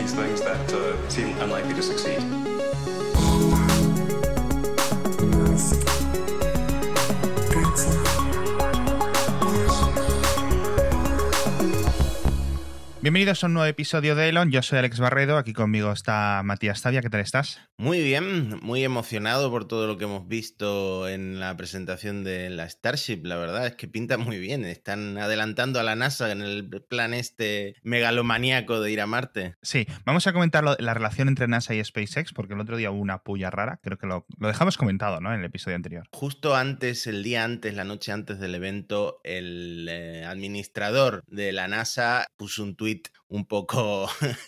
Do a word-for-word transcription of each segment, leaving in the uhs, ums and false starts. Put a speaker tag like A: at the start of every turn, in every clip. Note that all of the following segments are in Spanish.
A: these things that uh, seem unlikely to succeed.
B: Bienvenidos a un nuevo episodio de Elon. Yo soy Alex Barredo, aquí conmigo está Matías Tavia. ¿Qué tal estás?
C: Muy bien, muy emocionado por todo lo que hemos visto en la presentación de la Starship. La verdad es que pinta muy bien. Están adelantando a la NASA en el plan este megalomaníaco de ir a Marte.
B: Sí, vamos a comentar lo, la relación entre NASA y SpaceX, porque el otro día hubo una puya rara. Creo que lo, lo dejamos comentado, ¿no?, en el episodio anterior.
C: Justo antes, el día antes, la noche antes del evento, el eh, administrador de la NASA puso un tuit un poco,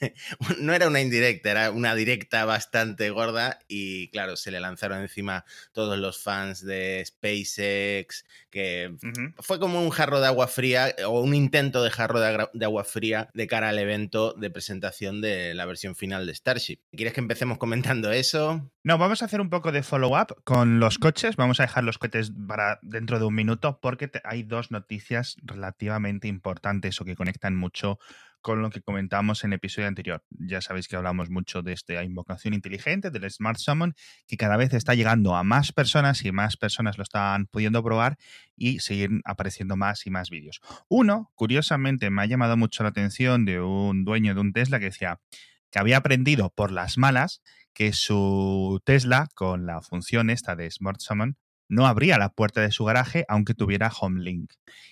C: no era una indirecta, era una directa bastante gorda y claro, se le lanzaron encima todos los fans de SpaceX, que uh-huh. fue como un jarro de agua fría o un intento de jarro de, agra- de agua fría de cara al evento de presentación de la versión final de Starship. ¿Quieres que empecemos comentando eso?
B: No, vamos a hacer un poco de follow-up con los coches. Vamos a dejar los coches para dentro de un minuto porque te, hay dos noticias relativamente importantes o que conectan mucho con lo que comentamos en el episodio anterior. Ya sabéis que hablamos mucho de esta invocación inteligente, del Smart Summon, que cada vez está llegando a más personas y más personas lo están pudiendo probar y siguen apareciendo más y más vídeos. Uno, curiosamente, me ha llamado mucho la atención de un dueño de un Tesla que decía que había aprendido por las malas que su Tesla, con la función esta de Smart Summon, no abría la puerta de su garaje aunque tuviera HomeLink.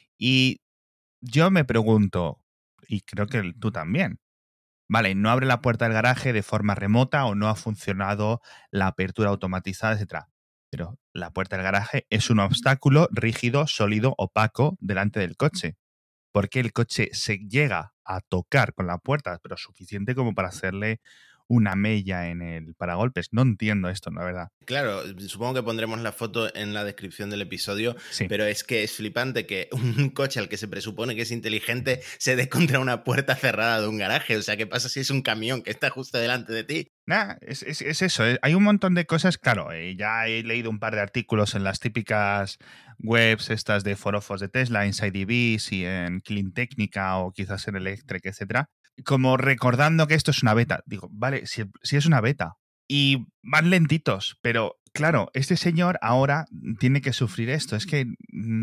B: Y yo me pregunto, y creo que tú también, vale, no abre la puerta del garaje de forma remota o no ha funcionado la apertura automatizada, etcétera. Pero la puerta del garaje es un obstáculo rígido, sólido, opaco delante del coche. Porque el coche se llega a tocar con la puerta, pero suficiente como para hacerle una mella en el paragolpes. No entiendo esto, la verdad.
C: Claro, supongo que pondremos la foto en la descripción del episodio,
B: sí.
C: Pero es que es flipante que un coche al que se presupone que es inteligente se dé contra una puerta cerrada de un garaje. O sea, ¿qué pasa si es un camión que está justo delante de ti?
B: Nah, es, es, es eso. ¿eh? Hay un montón de cosas, claro, eh, ya he leído un par de artículos en las típicas webs estas de forofos de Tesla, Inside E Vs y en Clean Technica o quizás en Electric, etcétera, como recordando que esto es una beta. Digo, vale, si, si es una beta y van lentitos, pero claro, este señor ahora tiene que sufrir esto. Es que,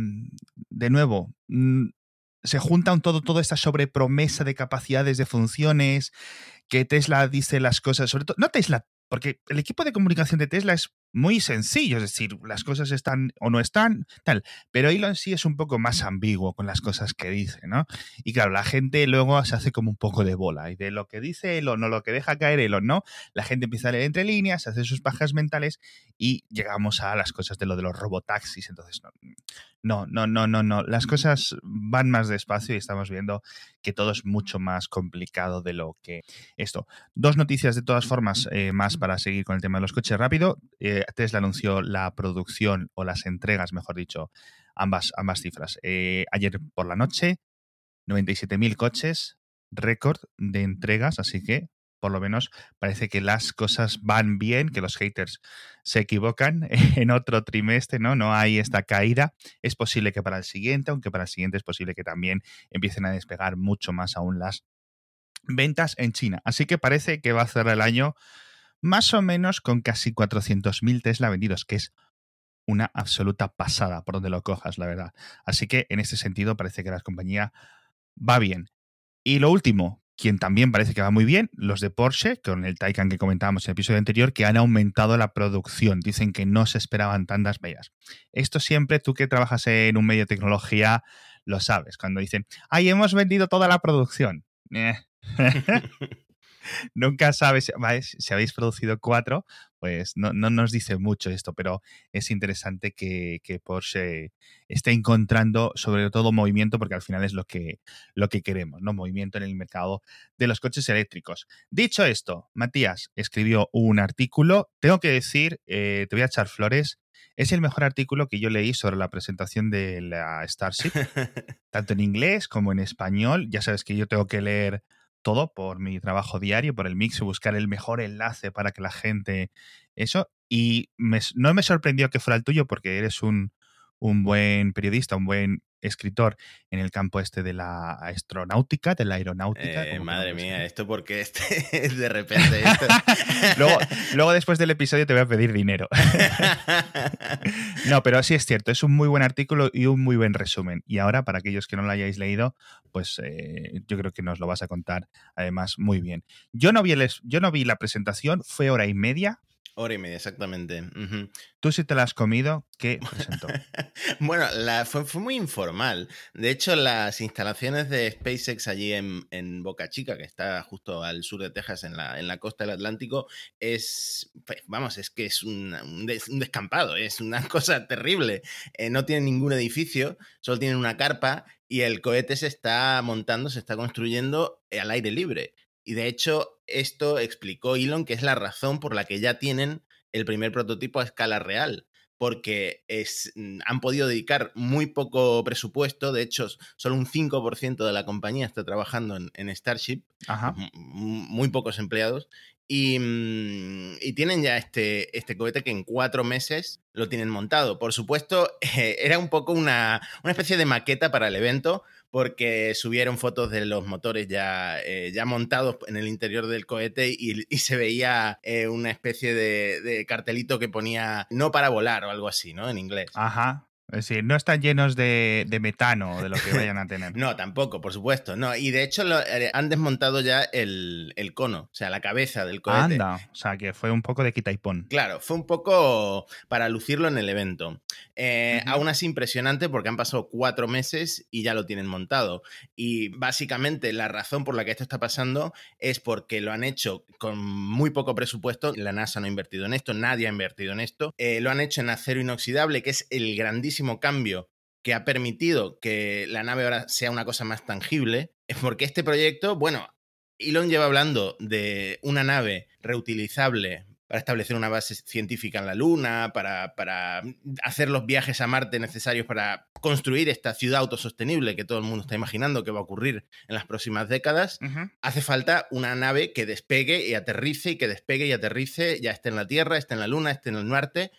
B: de nuevo, se junta un todo, toda esta sobrepromesa de capacidades, de funciones, que Tesla dice las cosas, sobre todo, no Tesla, porque el equipo de comunicación de Tesla es muy sencillo, es decir, las cosas están o no están, tal, pero Elon sí es un poco más ambiguo con las cosas que dice, ¿no? Y claro, la gente luego se hace como un poco de bola, y de lo que dice Elon o lo que deja caer Elon, ¿no? La gente empieza a leer entre líneas, hace sus pajas mentales y llegamos a las cosas de lo de los robotaxis, entonces no, no, no, no, no, no, las cosas van más despacio y estamos viendo que todo es mucho más complicado de lo que esto. Dos noticias de todas formas eh, más para seguir con el tema de los coches rápido. Eh, Tesla anunció la producción o las entregas, mejor dicho, ambas, ambas cifras. Eh, ayer por la noche, noventa y siete mil coches, récord de entregas, así que por lo menos parece que las cosas van bien, que los haters se equivocan en otro trimestre, ¿no? No hay esta caída. Es posible que para el siguiente, aunque para el siguiente es posible que también empiecen a despegar mucho más aún las ventas en China. Así que parece que va a cerrar el año más o menos con casi cuatrocientos mil Tesla vendidos, que es una absoluta pasada por donde lo cojas, la verdad. Así que en ese sentido parece que la compañía va bien. Y lo último, quien también parece que va muy bien, los de Porsche, con el Taycan que comentábamos en el episodio anterior, que han aumentado la producción. Dicen que no se esperaban tantas ventas. Esto siempre, tú que trabajas en un medio de tecnología, lo sabes. Cuando dicen, ¡ay, hemos vendido toda la producción! Eh. Nunca sabes, ¿vale? Si habéis producido cuatro, pues no, no nos dice mucho esto, pero es interesante que, que Porsche esté encontrando sobre todo movimiento, porque al final es lo que, lo que queremos, ¿no? Movimiento en el mercado de los coches eléctricos. Dicho esto, Matías escribió un artículo, tengo que decir, eh, te voy a echar flores, es el mejor artículo que yo leí sobre la presentación de la Starship, tanto en inglés como en español. Ya sabes que yo tengo que leer todo por mi trabajo diario, por el mix y buscar el mejor enlace para que la gente... Eso. Y me, no me sorprendió que fuera el tuyo porque eres un, un buen periodista, un buen escritor en el campo este de la astronáutica, de la aeronáutica.
C: Eh,
B: como
C: madre
B: queramos
C: mía,
B: decir.
C: esto porque este de repente esto...
B: luego, luego después del episodio te voy a pedir dinero. No, pero sí es cierto, es un muy buen artículo y un muy buen resumen. Y ahora, para aquellos que no lo hayáis leído, pues eh, yo creo que nos lo vas a contar además muy bien. Yo no vi, el, yo no vi la presentación, fue hora y media.
C: Hora y media, exactamente. Uh-huh.
B: Tú sí te la has comido, ¿qué presentó?
C: Bueno, la, fue, fue muy informal. De hecho, las instalaciones de SpaceX allí en, en Boca Chica, que está justo al sur de Texas, en la, en la costa del Atlántico, es, vamos, es que es un, un, des, un descampado, es una cosa terrible. Eh, no tienen ningún edificio, solo tienen una carpa y el cohete se está montando, se está construyendo al aire libre. Y de hecho, esto explicó Elon, que es la razón por la que ya tienen el primer prototipo a escala real, porque es, han podido dedicar muy poco presupuesto. De hecho, solo un cinco por ciento de la compañía está trabajando en, en Starship.
B: Ajá.
C: Muy pocos empleados. Y, y tienen ya este, este cohete que en cuatro meses lo tienen montado. Por supuesto, eh, era un poco una, una especie de maqueta para el evento, porque subieron fotos de los motores ya, eh, ya montados en el interior del cohete y, y se veía eh, una especie de, de cartelito que ponía no para volar o algo así, ¿no? En inglés.
B: Ajá. Es decir, no están llenos de, de metano, de lo que vayan a tener.
C: No, tampoco, por supuesto. No, y de hecho lo, eh, han desmontado ya el, el cono, o sea, la cabeza del cohete.
B: Anda, o sea, que fue un poco de quita y pon.
C: Claro, fue un poco para lucirlo en el evento. Eh, uh-huh. Aún así impresionante porque han pasado cuatro meses y ya lo tienen montado. Y básicamente la razón por la que esto está pasando es porque lo han hecho con muy poco presupuesto. La NASA no ha invertido en esto, nadie ha invertido en esto. Eh, lo han hecho en acero inoxidable, que es el grandísimo cambio que ha permitido que la nave ahora sea una cosa más tangible. Es porque este proyecto, bueno, Elon lleva hablando de una nave reutilizable para establecer una base científica en la Luna, para, para hacer los viajes a Marte necesarios para construir esta ciudad autosostenible que todo el mundo está imaginando que va a ocurrir en las próximas décadas. Uh-huh. Hace falta una nave que despegue y aterrice, y que despegue y aterrice, ya esté en la Tierra, esté en la Luna, esté en el Marte,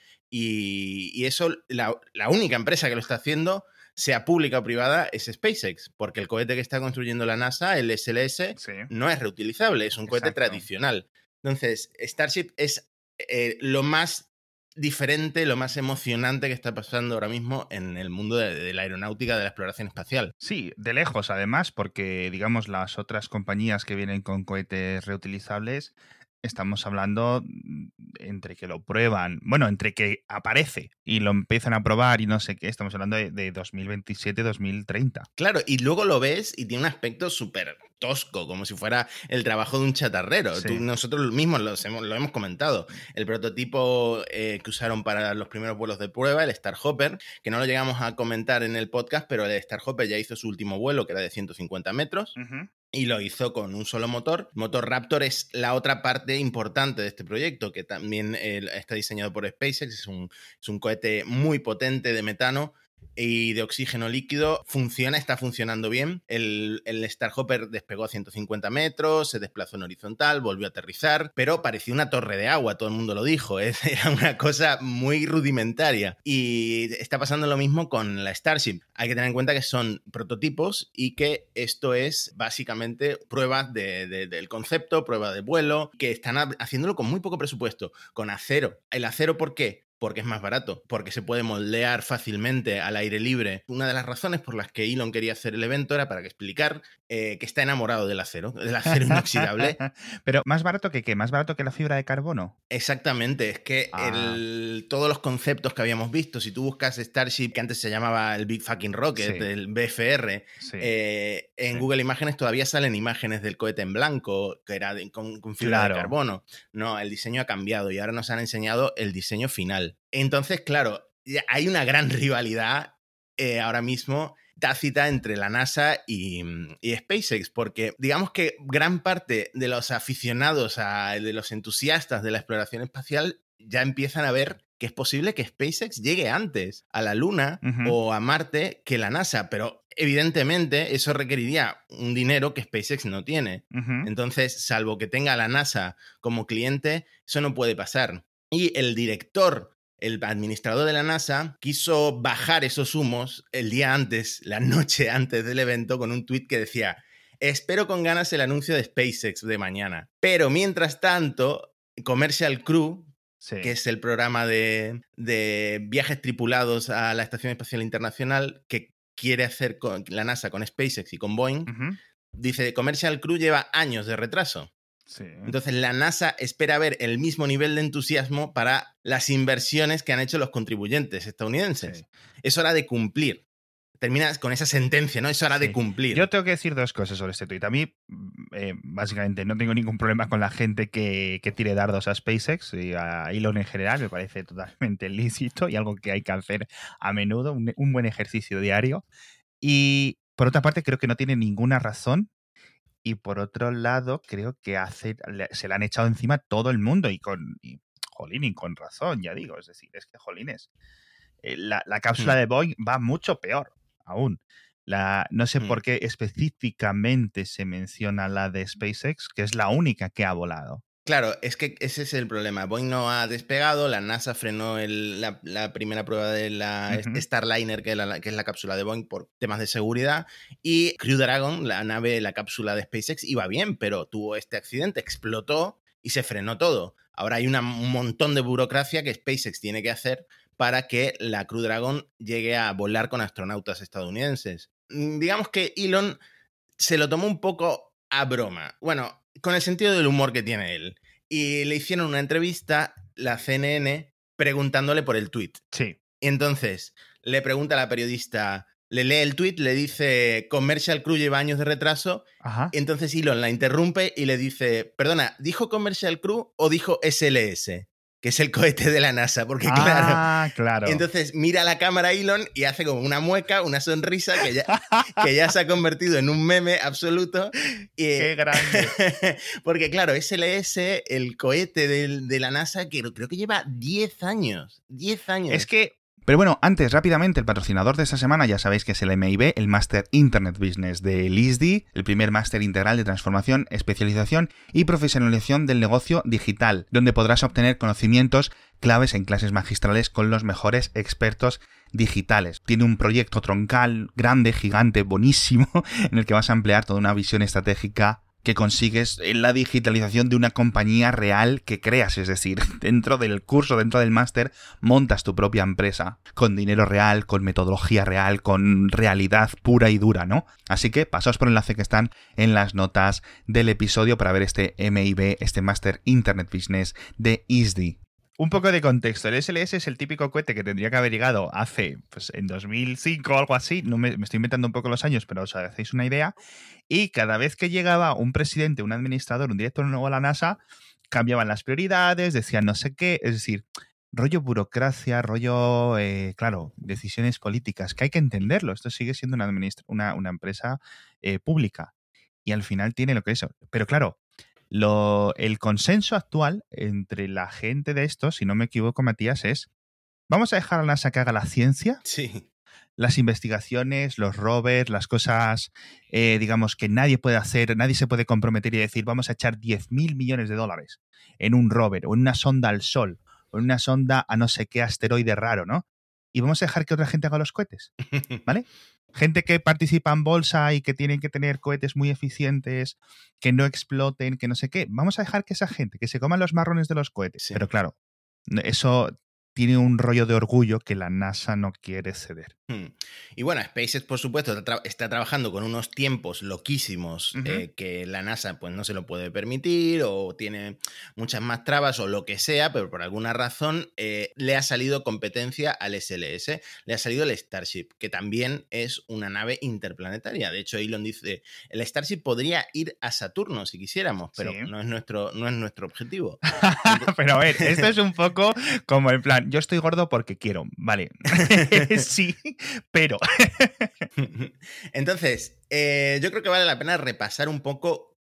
C: y, y eso, la, la única empresa que lo está haciendo, sea pública o privada, es SpaceX, porque el cohete que está construyendo la NASA, el S L S, sí, no es reutilizable, es un cohete Exacto. tradicional. Entonces, Starship es eh, lo más diferente, lo más emocionante que está pasando ahora mismo en el mundo de, de la aeronáutica, de la exploración espacial.
B: Sí, de lejos además, porque digamos las otras compañías que vienen con cohetes reutilizables, estamos hablando entre que lo prueban, bueno, entre que aparece y lo empiezan a probar y no sé qué, estamos hablando de, de dos mil veintisiete dos mil treinta.
C: Claro, y luego lo ves y tiene un aspecto súper tosco, como si fuera el trabajo de un chatarrero. Sí. Tú, nosotros mismos lo hemos, lo hemos comentado. El prototipo eh, que usaron para los primeros vuelos de prueba, el Starhopper, que no lo llegamos a comentar en el podcast, pero el Starhopper ya hizo su último vuelo, que era de ciento cincuenta metros. Uh-huh. Y lo hizo con un solo motor. Motor Raptor es la otra parte importante de este proyecto, que también eh, está diseñado por SpaceX. Es un, es un cohete muy potente de metano y de oxígeno líquido. Funciona, está funcionando bien. El, el Starhopper despegó a ciento cincuenta metros, se desplazó en horizontal, volvió a aterrizar, pero parecía una torre de agua, todo el mundo lo dijo. Es, era una cosa muy rudimentaria. Y está pasando lo mismo con la Starship. Hay que tener en cuenta que son prototipos y que esto es básicamente pruebas de, de, del concepto, pruebas de vuelo, que están haciéndolo con muy poco presupuesto, con acero. ¿El acero por qué? Porque es más barato, porque se puede moldear fácilmente al aire libre. Una de las razones por las que Elon quería hacer el evento era para explicar eh, que está enamorado del acero, del acero inoxidable.
B: Pero ¿más barato que qué? ¿Más barato que la fibra de carbono?
C: Exactamente, es que ah. el, todos los conceptos que habíamos visto, si tú buscas Starship, que antes se llamaba el Big Fucking Rocket, sí. el B F R, sí. eh, en sí. Google Imágenes todavía salen imágenes del cohete en blanco, que era de, con, con fibra claro. de carbono. No, el diseño ha cambiado y ahora nos han enseñado el diseño final. Entonces, claro, hay una gran rivalidad eh, ahora mismo tácita entre la NASA y, y SpaceX, porque digamos que gran parte de los aficionados, a, de los entusiastas de la exploración espacial ya empiezan a ver que es posible que SpaceX llegue antes a la Luna uh-huh. o a Marte que la NASA, pero evidentemente eso requeriría un dinero que SpaceX no tiene. Uh-huh. Entonces, salvo que tenga a la NASA como cliente, eso no puede pasar. Y el director el administrador de la NASA quiso bajar esos humos el día antes, la noche antes del evento, con un tuit que decía: espero con ganas el anuncio de SpaceX de mañana. Pero mientras tanto, Commercial Crew, sí. que es el programa de, de viajes tripulados a la Estación Espacial Internacional que quiere hacer con la NASA con SpaceX y con Boeing, uh-huh. dice: Commercial Crew lleva años de retraso. Sí. Entonces la NASA espera ver el mismo nivel de entusiasmo para las inversiones que han hecho los contribuyentes estadounidenses. Sí. Es hora de cumplir. Terminas con esa sentencia, ¿no? Es hora sí. de cumplir.
B: Yo tengo que decir dos cosas sobre este tuit. A mí, eh, básicamente, no tengo ningún problema con la gente que, que tire dardos a SpaceX y a Elon en general. Me parece totalmente lícito y algo que hay que hacer a menudo, un, un buen ejercicio diario. Y, por otra parte, creo que no tiene ninguna razón. Y, por otro lado, creo que hace, se le han echado encima todo el mundo y con, y, jolín, y con razón, ya digo. Es decir, es que, jolines, eh, la, la cápsula hmm. de Boeing va mucho peor. Aún. La, no sé mm. por qué específicamente se menciona la de SpaceX, que es la única que ha volado.
C: Claro, es que ese es el problema. Boeing no ha despegado, la NASA frenó el, la, la primera prueba de la uh-huh. Starliner, que es la, que es la cápsula de Boeing, por temas de seguridad, y Crew Dragon, la nave, la cápsula de SpaceX, iba bien, pero tuvo este accidente, explotó y se frenó todo. Ahora hay una, un montón de burocracia que SpaceX tiene que hacer para que la Crew Dragon llegue a volar con astronautas estadounidenses. Digamos que Elon se lo tomó un poco a broma. Bueno, con el sentido del humor que tiene él. Y le hicieron una entrevista, la C N N, preguntándole por el tuit.
B: Sí.
C: Y entonces le pregunta a la periodista, le lee el tuit, le dice: Commercial Crew lleva años de retraso.
B: Ajá.
C: Y entonces Elon la interrumpe y le dice: perdona, ¿dijo Commercial Crew o dijo S L S? Que es el cohete de la NASA, porque
B: ah,
C: claro,
B: claro.
C: Entonces mira a la cámara Elon y hace como una mueca, una sonrisa que ya, que ya se ha convertido en un meme absoluto. Y,
B: ¡qué grande!
C: Porque claro, S L S, el cohete de, de la NASA, que creo que lleva diez años. diez años.
B: Es que... Pero bueno, antes, rápidamente, el patrocinador de esta semana ya sabéis que es el M I B, el Master Internet Business del I S D I, el primer máster integral de transformación, especialización y profesionalización del negocio digital, donde podrás obtener conocimientos claves en clases magistrales con los mejores expertos digitales. Tiene un proyecto troncal, grande, gigante, buenísimo, en el que vas a emplear toda una visión estratégica que consigues en la digitalización de una compañía real que creas, es decir, dentro del curso, dentro del máster, montas tu propia empresa con dinero real, con metodología real, con realidad pura y dura, ¿no? Así que pasaos por el enlace que están en las notas del episodio para ver este M I B, este Master Internet Business de I S D I. Un poco de contexto. El S L S es el típico cohete que tendría que haber llegado hace, pues en dos mil cinco o algo así. No me, me estoy inventando un poco los años, pero os hacéis una idea. Y cada vez que llegaba un presidente, un administrador, un director nuevo a la NASA, cambiaban las prioridades, decían no sé qué. Es decir, rollo burocracia, rollo, eh, claro, decisiones políticas, que hay que entenderlo. Esto sigue siendo una, administra- una, una empresa eh, pública. Y al final tiene lo que es eso. Pero claro, Lo, el consenso actual entre la gente de esto, si no me equivoco, Matías, es: ¿vamos a dejar a la NASA que haga la ciencia?
C: Sí.
B: Las investigaciones, los rovers, las cosas, eh, digamos, que nadie puede hacer, nadie se puede comprometer y decir vamos a echar diez mil millones de dólares en un rover o en una sonda al Sol o en una sonda a no sé qué asteroide raro, ¿no? Y vamos a dejar que otra gente haga los cohetes, ¿vale? Gente que participa en bolsa y que tienen que tener cohetes muy eficientes, que no exploten, que no sé qué. Vamos a dejar que esa gente, que se coman los marrones de los cohetes. Sí. Pero claro, eso tiene un rollo de orgullo que la NASA no quiere ceder.
C: Hmm. Y bueno, SpaceX, por supuesto, está, tra- está trabajando con unos tiempos loquísimos uh-huh. eh, que la NASA pues, no se lo puede permitir o tiene muchas más trabas o lo que sea, pero por alguna razón eh, le ha salido competencia al S L S, le ha salido el Starship, que también es una nave interplanetaria. De hecho, Elon dice, el Starship podría ir a Saturno si quisiéramos, pero sí. no, es nuestro, no es nuestro objetivo.
B: Entonces... Pero a ver, esto es un poco como en plan, yo estoy gordo porque quiero, vale, sí, pero...
C: Entonces, eh, yo creo que vale la pena repasar un poco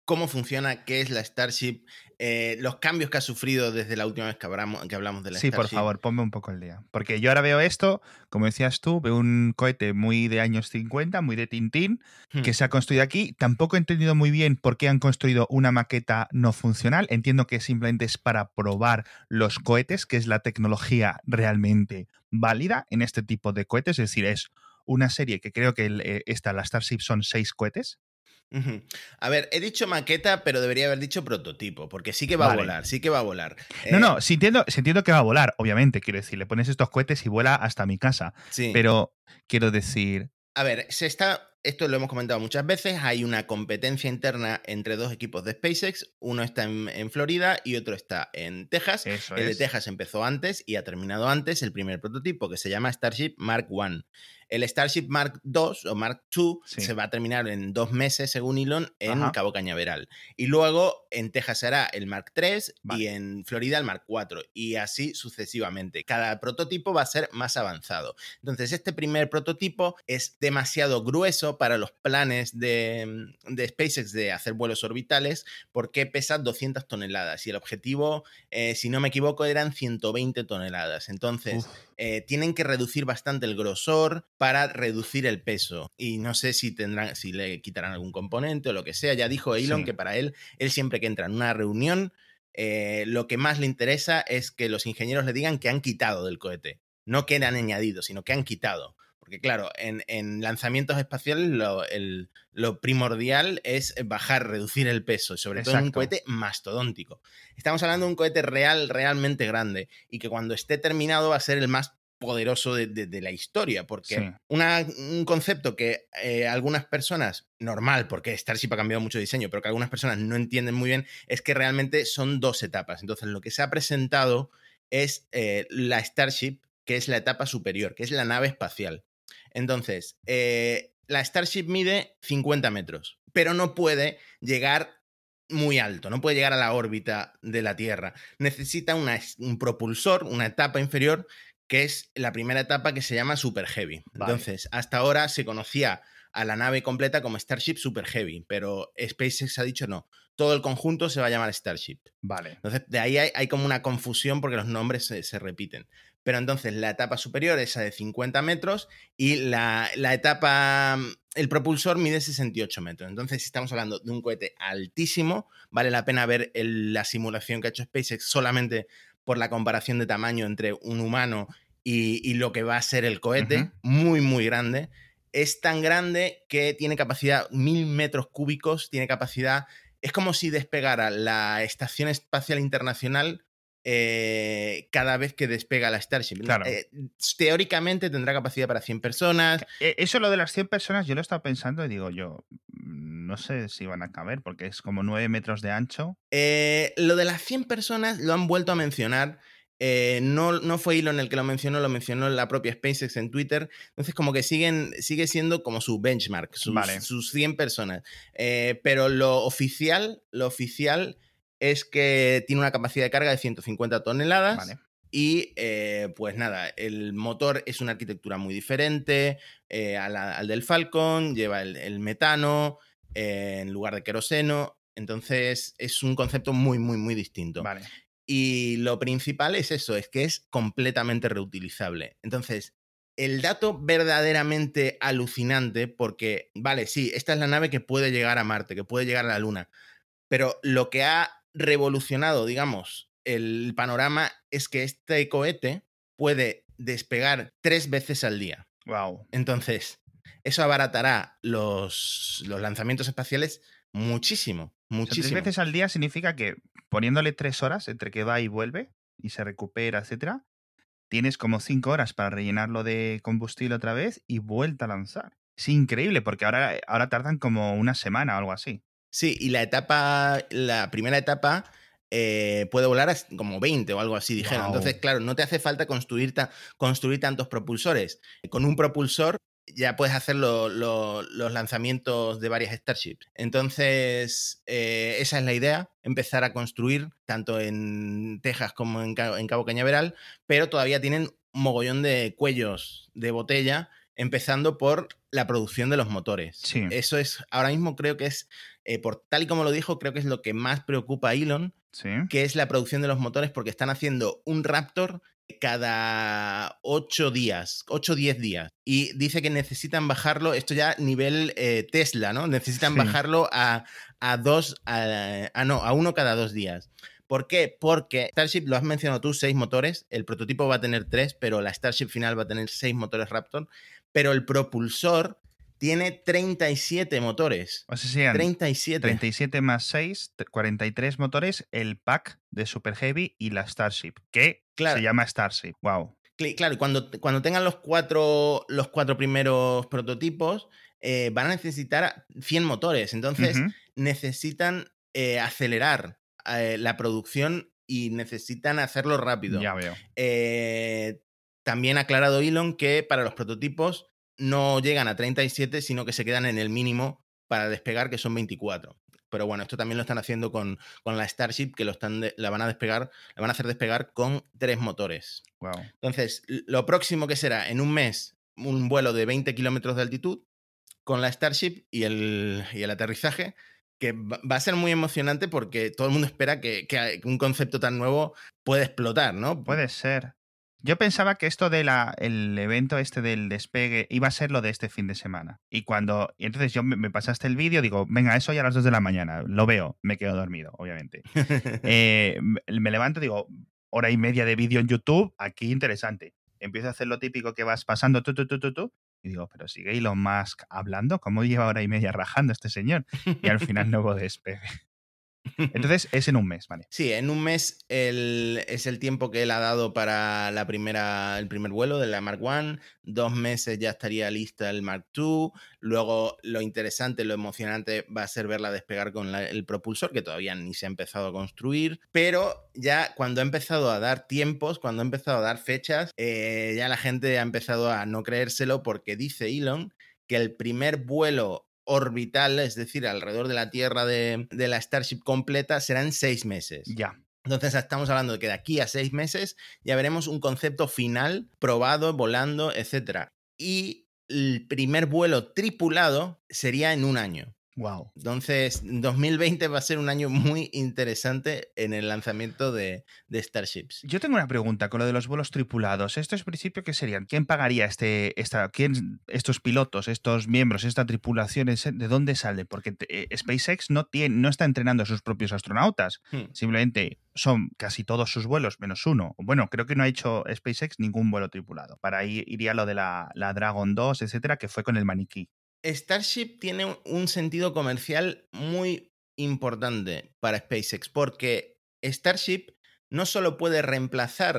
C: cómo funciona, qué es la Starship, eh, los cambios que ha sufrido desde la última vez que hablamos, que hablamos de la
B: Sí,
C: Starship.
B: por favor, ponme un poco el día. Porque yo ahora veo esto, como decías tú, veo un cohete muy de años cincuenta, muy de Tintín,
C: Hmm.
B: que se ha construido aquí. Tampoco he entendido muy bien por qué han construido una maqueta no funcional. Entiendo que simplemente es para probar los cohetes, que es la tecnología realmente válida en este tipo de cohetes. Es decir, es una serie que creo que el, eh, esta, la Starship, son seis cohetes.
C: Uh-huh. A ver, he dicho maqueta, pero debería haber dicho prototipo, porque sí que va
B: Vale.
C: a volar, sí que va a volar.
B: No,
C: Eh,
B: no, sí entiendo, sí entiendo que va a volar, obviamente. Quiero decir, le pones estos cohetes y vuela hasta mi casa.
C: sí.
B: Pero quiero decir,
C: A ver, se está, esto lo hemos comentado muchas veces, hay una competencia interna entre dos equipos de SpaceX, uno está en, en Florida y otro está en Texas.
B: eso
C: El
B: es.
C: de Texas empezó antes y ha terminado antes el primer prototipo, que se llama Starship Mark uno. El Starship Mark dos o Mark dos
B: Sí.
C: se va a terminar en dos meses, según Elon, en
B: Ajá.
C: Cabo Cañaveral. Y luego en Texas será el Mark tres
B: Vale.
C: y en Florida el Mark cuatro. Y así sucesivamente. Cada prototipo va a ser más avanzado. Entonces, este primer prototipo es demasiado grueso para los planes de, de SpaceX de hacer vuelos orbitales porque pesa doscientas toneladas y el objetivo, eh, si no me equivoco, eran ciento veinte toneladas. Entonces, eh, tienen que reducir bastante el grosor para reducir el peso. Y no sé si tendrán, si le quitarán algún componente o lo que sea. Ya dijo Elon
B: Sí.
C: que para él, él siempre que entra en una reunión, eh, lo que más le interesa es que los ingenieros le digan que han quitado del cohete. No que han añadido, sino que han quitado. Porque claro, en, en lanzamientos espaciales lo, el, lo primordial es bajar, reducir el peso, sobre todo en un
B: Exacto.
C: cohete mastodóntico. Estamos hablando de un cohete real, realmente grande, y que cuando esté terminado va a ser el más poderoso de, de, de la historia, porque
B: Sí.
C: una, un concepto que eh, algunas personas, normal, porque Starship ha cambiado mucho de diseño, pero que algunas personas no entienden muy bien, es que realmente son dos etapas. Entonces, lo que se ha presentado es eh, la Starship, que es la etapa superior, que es la nave espacial. Entonces, eh, la Starship mide cincuenta metros, pero no puede llegar muy alto, no puede llegar a la órbita de la Tierra. Necesita una, un propulsor, una etapa inferior, que es la primera etapa que se llama Super Heavy.
B: Vale.
C: Entonces, hasta ahora se conocía a la nave completa como Starship Super Heavy, pero SpaceX ha dicho no. Todo el conjunto se va a llamar Starship.
B: Vale.
C: Entonces, de ahí hay, hay como una confusión porque los nombres se, se repiten. Pero entonces la etapa superior es esa de cincuenta metros y la, la etapa, el propulsor mide sesenta y ocho metros. Entonces estamos hablando de un cohete altísimo. Vale la pena ver el, la simulación que ha hecho SpaceX solamente por la comparación de tamaño entre un humano y, y lo que va a ser el cohete.
B: Uh-huh.
C: Muy, muy grande. Es tan grande que tiene capacidad mil metros cúbicos, tiene capacidad... Es como si despegara la Estación Espacial Internacional eh, cada vez que despega la Starship.
B: Claro.
C: Eh, teóricamente tendrá capacidad para cien personas.
B: Eso lo de las cien personas, yo lo estaba pensando y digo yo, no sé si van a caber porque es como nueve metros de ancho.
C: Eh, lo de las cien personas lo han vuelto a mencionar. Eh, no, no fue Elon el que lo mencionó, lo mencionó la propia SpaceX en Twitter. Entonces, como que siguen, sigue siendo como su benchmark, sus,
B: Vale.
C: sus cien personas. Eh, pero lo oficial, lo oficial es que tiene una capacidad de carga de ciento cincuenta toneladas.
B: Vale.
C: Y eh, pues nada, el motor es una arquitectura muy diferente eh, a la, al del Falcon, lleva el, el metano eh, en lugar de queroseno. Entonces, es un concepto muy, muy, muy distinto.
B: Vale.
C: Y lo principal es eso, es que es completamente reutilizable. Entonces, el dato verdaderamente alucinante, porque, vale, sí, esta es la nave que puede llegar a Marte, que puede llegar a la Luna, pero lo que ha revolucionado, digamos, el panorama es que este cohete puede despegar tres veces al día.
B: Wow.
C: Entonces, eso abaratará los, los lanzamientos espaciales muchísimo, muchísimo.
B: O sea, tres veces al día significa que poniéndole tres horas entre que va y vuelve y se recupera, etcétera, tienes como cinco horas para rellenarlo de combustible otra vez y vuelta a lanzar. Es increíble porque ahora, ahora tardan como una semana o algo así.
C: Sí, y la etapa, la primera etapa eh, puede volar a como veinte o algo así, dijeron.
B: Wow.
C: Entonces, claro, no te hace falta construir, ta construir tantos propulsores. Con un propulsor ya puedes hacer lo, lo, los lanzamientos de varias Starships. Entonces, eh, esa es la idea, empezar a construir tanto en Texas como en Cabo, en Cabo Cañaveral, pero todavía tienen un mogollón de cuellos de botella empezando por la producción de los motores.
B: Sí.
C: Eso es, ahora mismo creo que es, eh, por tal y como lo dijo, creo que es lo que más preocupa a Elon,
B: Sí.
C: que es la producción de los motores, porque están haciendo un Raptor cada ocho días, ocho o diez días. Y dice que necesitan bajarlo, esto ya nivel eh, Tesla, ¿no? Necesitan
B: Sí.
C: bajarlo a, a dos, a, a no, a uno cada dos días. ¿Por qué? Porque Starship, lo has mencionado tú, seis motores, el prototipo va a tener tres, pero la Starship final va a tener seis motores Raptor, pero el propulsor tiene treinta y siete motores.
B: O sea, serían
C: treinta y siete.
B: treinta y siete más seis, cuarenta y tres motores, el pack de Super Heavy y la Starship, que
C: Claro.
B: se llama Starship. Wow.
C: Claro, y cuando, cuando tengan los cuatro, los cuatro primeros prototipos, eh, van a necesitar cien motores. Entonces,
B: Uh-huh.
C: necesitan eh, acelerar eh, la producción y necesitan hacerlo rápido.
B: Ya veo.
C: Eh, también ha aclarado Elon que para los prototipos no llegan a treinta y siete, sino que se quedan en el mínimo para despegar, que son veinticuatro. Pero bueno, esto también lo están haciendo con, con la Starship, que lo están de, la van a despegar, la van a hacer despegar con tres motores.
B: Wow.
C: Entonces, lo próximo que será en un mes, un vuelo de veinte kilómetros de altitud con la Starship y el, y el aterrizaje, que va a ser muy emocionante porque todo el mundo espera que, que un concepto tan nuevo puede explotar, ¿no?
B: Puede ser. Yo pensaba que esto del evento este del despegue iba a ser lo de este fin de semana. Y cuando. Y entonces yo me, me pasaste el vídeo, digo, venga, eso ya a las dos de la mañana. Lo veo, me quedo dormido, obviamente. eh, me levanto, digo, hora y media de vídeo en YouTube, aquí interesante. Empiezo a hacer lo típico que vas pasando, tú, tú, tú, tú, tú. Y digo, pero sigue Elon Musk hablando, ¿cómo lleva hora y media rajando este señor? Y al final no hubo despegue. Entonces es en un mes, ¿vale?
C: Sí, en un mes el, es el tiempo que él ha dado para la primera, el primer vuelo de la Mark uno. Dos meses ya estaría lista el Mark dos. Luego lo interesante, lo emocionante va a ser verla despegar con la, el propulsor, que todavía ni se ha empezado a construir. Pero ya cuando ha empezado a dar tiempos, cuando ha empezado a dar fechas, eh, ya la gente ha empezado a no creérselo, porque dice Elon que el primer vuelo orbital, es decir, alrededor de la Tierra de, de la Starship completa, serán seis meses.
B: Ya.
C: Entonces estamos hablando de que de aquí a seis meses ya veremos un concepto final probado, volando, etcétera. Y el primer vuelo tripulado sería en un año.
B: Wow.
C: Entonces, dos mil veinte va a ser un año muy interesante en el lanzamiento de, de Starships.
B: Yo tengo una pregunta con lo de los vuelos tripulados. ¿Estos en principio qué serían? ¿Quién pagaría este, esta, quién, estos pilotos, estos miembros, esta tripulación? ¿De dónde sale? Porque eh, SpaceX no, tiene, no está entrenando a sus propios astronautas. Hmm. Simplemente son casi todos sus vuelos, menos uno. Bueno, creo que no ha hecho SpaceX ningún vuelo tripulado. Para ahí iría lo de la, la Dragon dos, etcétera, que fue con el maniquí.
C: Starship tiene un sentido comercial muy importante para SpaceX, porque Starship no solo puede reemplazar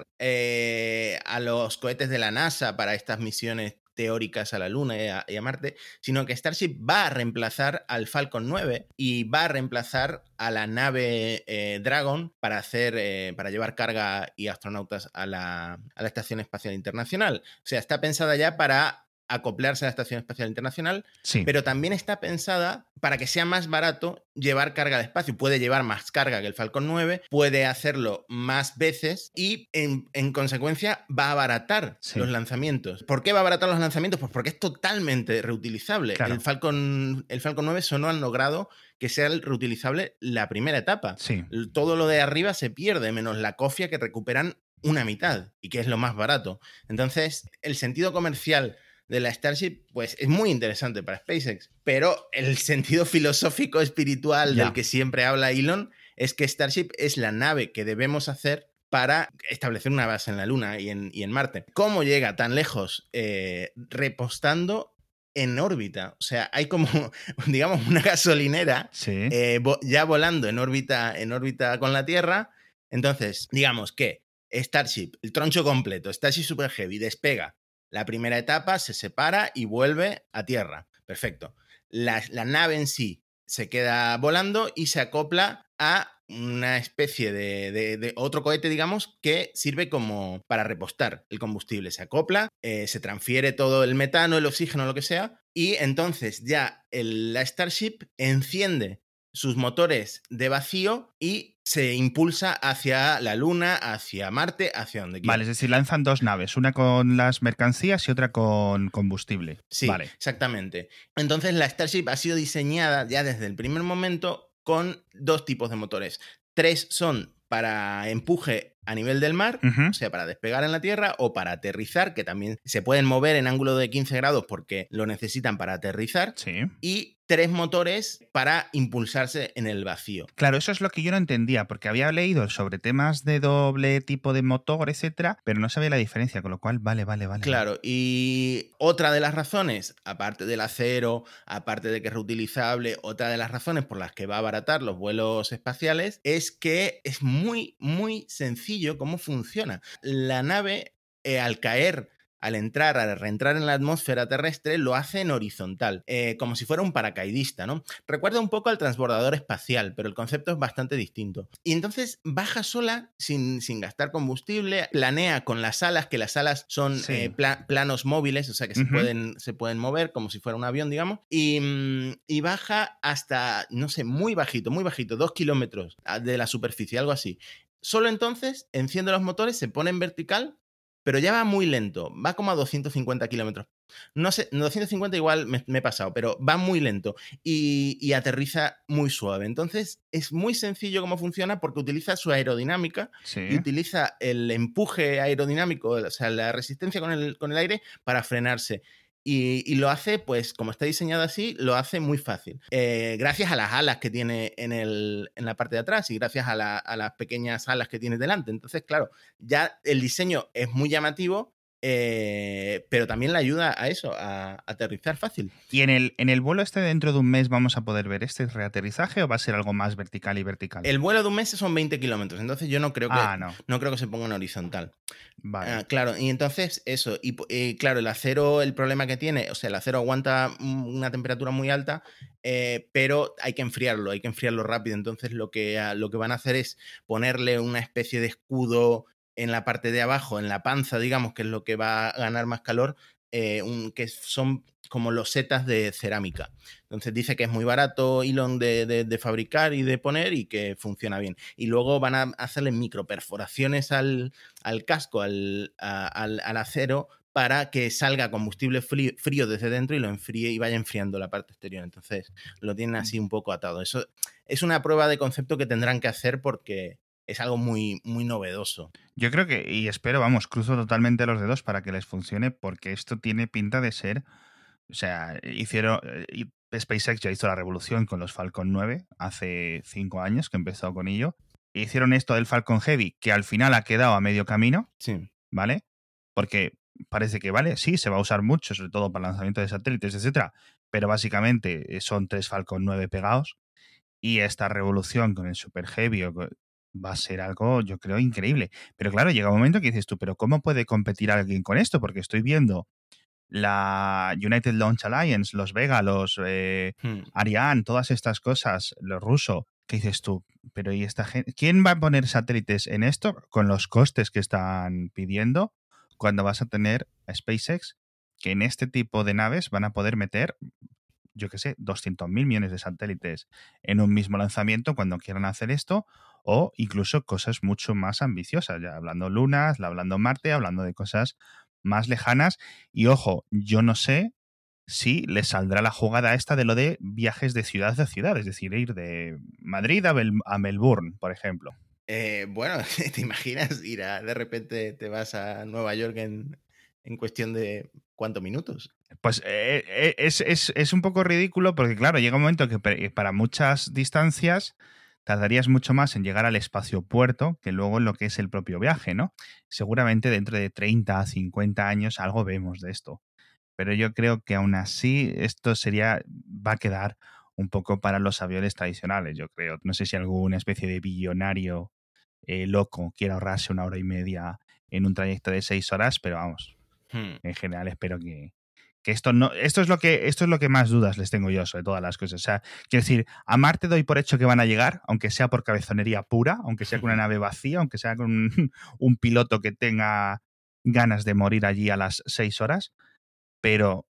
C: eh, a los cohetes de la NASA para estas misiones teóricas a la Luna y a, y a Marte, sino que Starship va a reemplazar al Falcon nueve y va a reemplazar a la nave eh, Dragon para hacer, eh, para llevar carga y astronautas a la, a la Estación Espacial Internacional. O sea, está pensada ya para acoplarse a la Estación Espacial Internacional,
B: sí.
C: Pero también está pensada para que sea más barato llevar carga al espacio. Puede llevar más carga que el Falcon nueve, puede hacerlo más veces y en, en consecuencia va a abaratar sí. los lanzamientos. ¿Por qué va a abaratar los lanzamientos? Pues porque es totalmente reutilizable. Claro. El, Falcon, el Falcon nueve solo han logrado que sea reutilizable la primera etapa.
B: Sí.
C: Todo lo de arriba se pierde, menos la cofia que recuperan una mitad y que es lo más barato. Entonces, el sentido comercial de la Starship, pues es muy interesante para SpaceX, pero el sentido filosófico espiritual yeah. del que siempre habla Elon es que Starship es la nave que debemos hacer para establecer una base en la Luna y en, y en Marte. ¿Cómo llega tan lejos? Eh, repostando en órbita. O sea, hay como, digamos, una gasolinera
B: sí.
C: eh, vo- ya volando en órbita, en órbita con la Tierra. Entonces, digamos que Starship, el troncho completo, Starship Super Heavy, despega. La primera etapa se separa y vuelve a tierra. Perfecto. La, la nave en sí se queda volando y se acopla a una especie de, de, de otro cohete, digamos, que sirve como para repostar el combustible. Se acopla, eh, se transfiere todo el metano, el oxígeno, lo que sea, y entonces ya el, la Starship enciende sus motores de vacío y se impulsa hacia la Luna, hacia Marte, hacia donde quiera.
B: Vale, es decir, lanzan dos naves, una con las mercancías y otra con combustible.
C: Sí,
B: vale.
C: Exactamente. Entonces la Starship ha sido diseñada ya desde el primer momento con dos tipos de motores. Tres son para empuje a nivel del mar,
B: uh-huh.
C: o sea, para despegar en la Tierra, o para aterrizar, que también se pueden mover en ángulo de quince grados porque lo necesitan para aterrizar.
B: Sí.
C: Y tres motores para impulsarse en el vacío.
B: Claro, eso es lo que yo no entendía, porque había leído sobre temas de doble tipo de motor, etcétera, pero no sabía la diferencia, con lo cual, vale, vale, vale.
C: Claro,
B: vale.
C: y otra de las razones, aparte del acero, aparte de que es reutilizable, otra de las razones por las que va a abaratar los vuelos espaciales es que es muy, muy sencillo cómo funciona. La nave, eh, al caer... al entrar, al reentrar en la atmósfera terrestre, lo hace en horizontal, eh, como si fuera un paracaidista, ¿no? Recuerda un poco al transbordador espacial, pero el concepto es bastante distinto. Y entonces baja sola, sin, sin gastar combustible, planea con las alas, que las alas son
B: Sí.
C: eh, pla- planos móviles, o sea que
B: Uh-huh.
C: se, pueden, se pueden mover como si fuera un avión, digamos, y, y baja hasta, no sé, muy bajito, muy bajito, dos kilómetros de la superficie, algo así. Solo entonces enciende los motores, se pone en vertical, pero ya va muy lento, va como a doscientos cincuenta kilómetros. No sé, doscientos cincuenta igual me, me he pasado, pero va muy lento y, y aterriza muy suave. Entonces es muy sencillo cómo funciona porque utiliza su aerodinámica
B: sí.
C: y utiliza el empuje aerodinámico, o sea, la resistencia con el, con el aire para frenarse. Y, y lo hace, pues, como está diseñado así, lo hace muy fácil. Eh, gracias a las alas que tiene en, el, en la parte de atrás y gracias a, la, a las pequeñas alas que tiene delante. Entonces, claro, ya el diseño es muy llamativo, eh, pero también le ayuda a eso, a, a aterrizar fácil.
B: ¿Y en el, en el vuelo este dentro de un mes vamos a poder ver este reaterrizaje o va a ser algo más vertical y vertical?
C: El vuelo de un mes son veinte kilómetros, entonces yo no creo que,
B: ah, no.
C: no creo que se ponga en horizontal.
B: Vale.
C: Ah, claro, y entonces eso, y, y claro, el acero, el problema que tiene, o sea, el acero aguanta una temperatura muy alta, eh, pero hay que enfriarlo, hay que enfriarlo rápido. Entonces lo que, uh, lo que van a hacer es ponerle una especie de escudo en la parte de abajo, en la panza, digamos, que es lo que va a ganar más calor, eh, un, que son como losetas de cerámica. Entonces dice que es muy barato Elon de, de, de fabricar y de poner y que funciona bien. Y luego van a hacerle microperforaciones al, al casco, al, a, al, al acero, para que salga combustible frío, frío desde dentro y lo enfríe y vaya enfriando la parte exterior. Entonces lo tienen así un poco atado. Eso es una prueba de concepto que tendrán que hacer porque es algo muy, muy novedoso.
B: Yo creo que, y espero, vamos, cruzo totalmente los dedos para que les funcione, porque esto tiene pinta de ser, o sea, hicieron, SpaceX ya hizo la revolución con los Falcon nueve hace cinco años que empezó con ello. Hicieron esto del Falcon Heavy, que al final ha quedado a medio camino,
C: sí.
B: ¿vale? Porque parece que, vale, sí, se va a usar mucho, sobre todo para lanzamiento de satélites, etcétera, pero básicamente son tres Falcon nueve pegados. Y esta revolución con el Super Heavy va a ser algo, yo creo, increíble. Pero claro, llega un momento que dices tú, pero ¿cómo puede competir alguien con esto? Porque estoy viendo la United Launch Alliance, los Vega, los eh, hmm. Ariane, todas estas cosas, los rusos, que dices tú, pero ¿y esta gente? ¿Quién va a poner satélites en esto con los costes que están pidiendo cuando vas a tener a SpaceX, que en este tipo de naves van a poder meter, yo qué sé, doscientos mil millones de satélites en un mismo lanzamiento cuando quieran hacer esto, o incluso cosas mucho más ambiciosas, ya hablando lunas, hablando Marte, hablando de cosas más lejanas. Y ojo, yo no sé si les saldrá la jugada esta de lo de viajes de ciudad a ciudad, es decir, ir de Madrid a, Bel- a Melbourne, por ejemplo.
C: Eh, bueno, ¿te imaginas ir a, de repente te vas a Nueva York en, en cuestión de cuántos minutos?
B: Pues eh, es, es, es un poco ridículo porque, claro, llega un momento que para muchas distancias tardarías mucho más en llegar al espaciopuerto que luego en lo que es el propio viaje, ¿no? Seguramente dentro de treinta, cincuenta años algo vemos de esto. Pero yo creo que aún así esto sería, va a quedar un poco para los aviones tradicionales, yo creo. No sé si alguna especie de billonario eh, loco quiere ahorrarse una hora y media en un trayecto de seis horas, pero vamos, hmm. en general espero que, que esto no, esto es lo que, esto es lo que más dudas les tengo yo sobre todas las cosas. O sea, quiero decir, a Marte doy por hecho que van a llegar, aunque sea por cabezonería pura, aunque sea con una nave vacía, aunque sea con un, un piloto que tenga ganas de morir allí a las seis horas, pero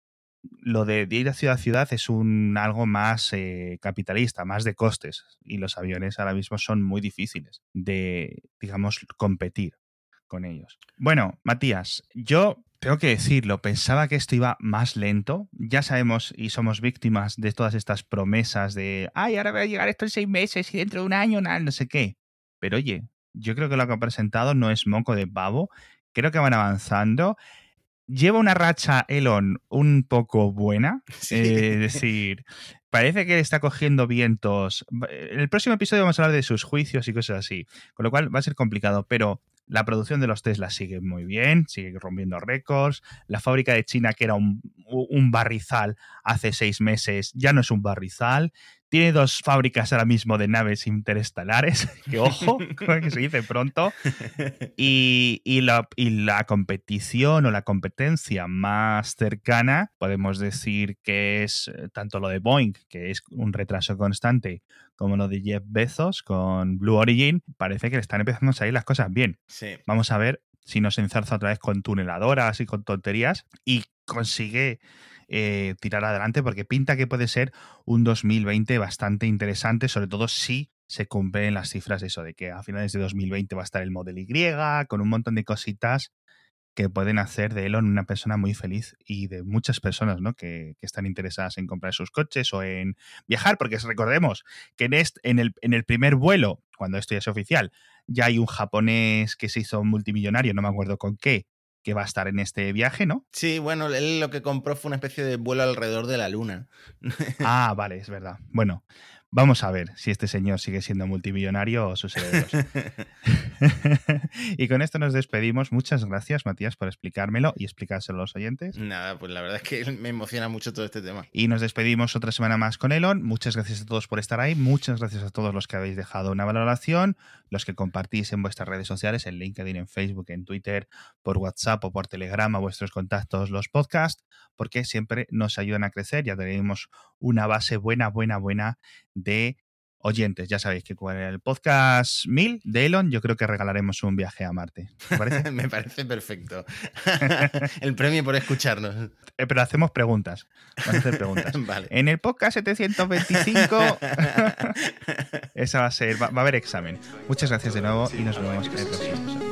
B: lo de ir a ciudad a ciudad es un algo más eh, capitalista, más de costes. Y los aviones ahora mismo son muy difíciles de, digamos, competir con ellos. Bueno, Matías, yo tengo que decirlo, pensaba que esto iba más lento. Ya sabemos y somos víctimas de todas estas promesas de ay, ahora va a llegar esto en seis meses y dentro de un año, nada, no sé qué. Pero oye, yo creo que lo que ha presentado no es moco de pavo. Creo que van avanzando. Lleva una racha Elon un poco buena.
C: Sí.
B: Eh, es decir, parece que está cogiendo vientos. En el próximo episodio vamos a hablar de sus juicios y cosas así. Con lo cual va a ser complicado, pero la producción de los Tesla sigue muy bien, sigue rompiendo récords. La fábrica de China, que era un, un barrizal hace seis meses, ya no es un barrizal. Tiene dos fábricas ahora mismo de naves interestelares, que ojo, que se dice pronto. Y, y, la, y la competición o la competencia más cercana, podemos decir que es tanto lo de Boeing, que es un retraso constante, como lo de Jeff Bezos con Blue Origin. Parece que le están empezando a salir las cosas bien.
C: Sí.
B: Vamos a ver si nos enzarza otra vez con tuneladoras y con tonterías y consigue eh, tirar adelante, porque pinta que puede ser un dos mil veinte bastante interesante, sobre todo si se cumplen las cifras de eso, de que a finales de dos mil veinte va a estar el Model Y, con un montón de cositas que pueden hacer de Elon una persona muy feliz y de muchas personas, ¿no? que, que están interesadas en comprar sus coches o en viajar, porque recordemos que en, este, en, el, en el primer vuelo, cuando esto ya es oficial, ya hay un japonés que se hizo multimillonario, no me acuerdo con qué, que va a estar en este viaje, ¿no?
C: Sí, bueno, él lo que compró fue una especie de vuelo alrededor de la luna.
B: Ah, vale, es verdad. Bueno, vamos a ver si este señor sigue siendo multimillonario o sus herederos. Y con esto nos despedimos. Muchas gracias, Matías, por explicármelo y explicárselo a los oyentes.
C: Nada, pues la verdad es que me emociona mucho todo este tema.
B: Y nos despedimos otra semana más con Elon. Muchas gracias a todos por estar ahí. Muchas gracias a todos los que habéis dejado una valoración, los que compartís en vuestras redes sociales, en LinkedIn, en Facebook, en Twitter, por WhatsApp o por Telegram a vuestros contactos los podcasts, porque siempre nos ayudan a crecer. Ya tenemos una base buena, buena, buena de oyentes. Ya sabéis que con el podcast mil de Elon yo creo que regalaremos un viaje a Marte. ¿Te parece?
C: Me parece perfecto. El premio por escucharnos.
B: Eh, pero hacemos preguntas. Vamos a hacer preguntas.
C: Vale.
B: En el podcast setecientos veinticinco esa va a ser, va, va a haber examen. Muchas gracias de nuevo y nos vemos en el próximo episodio.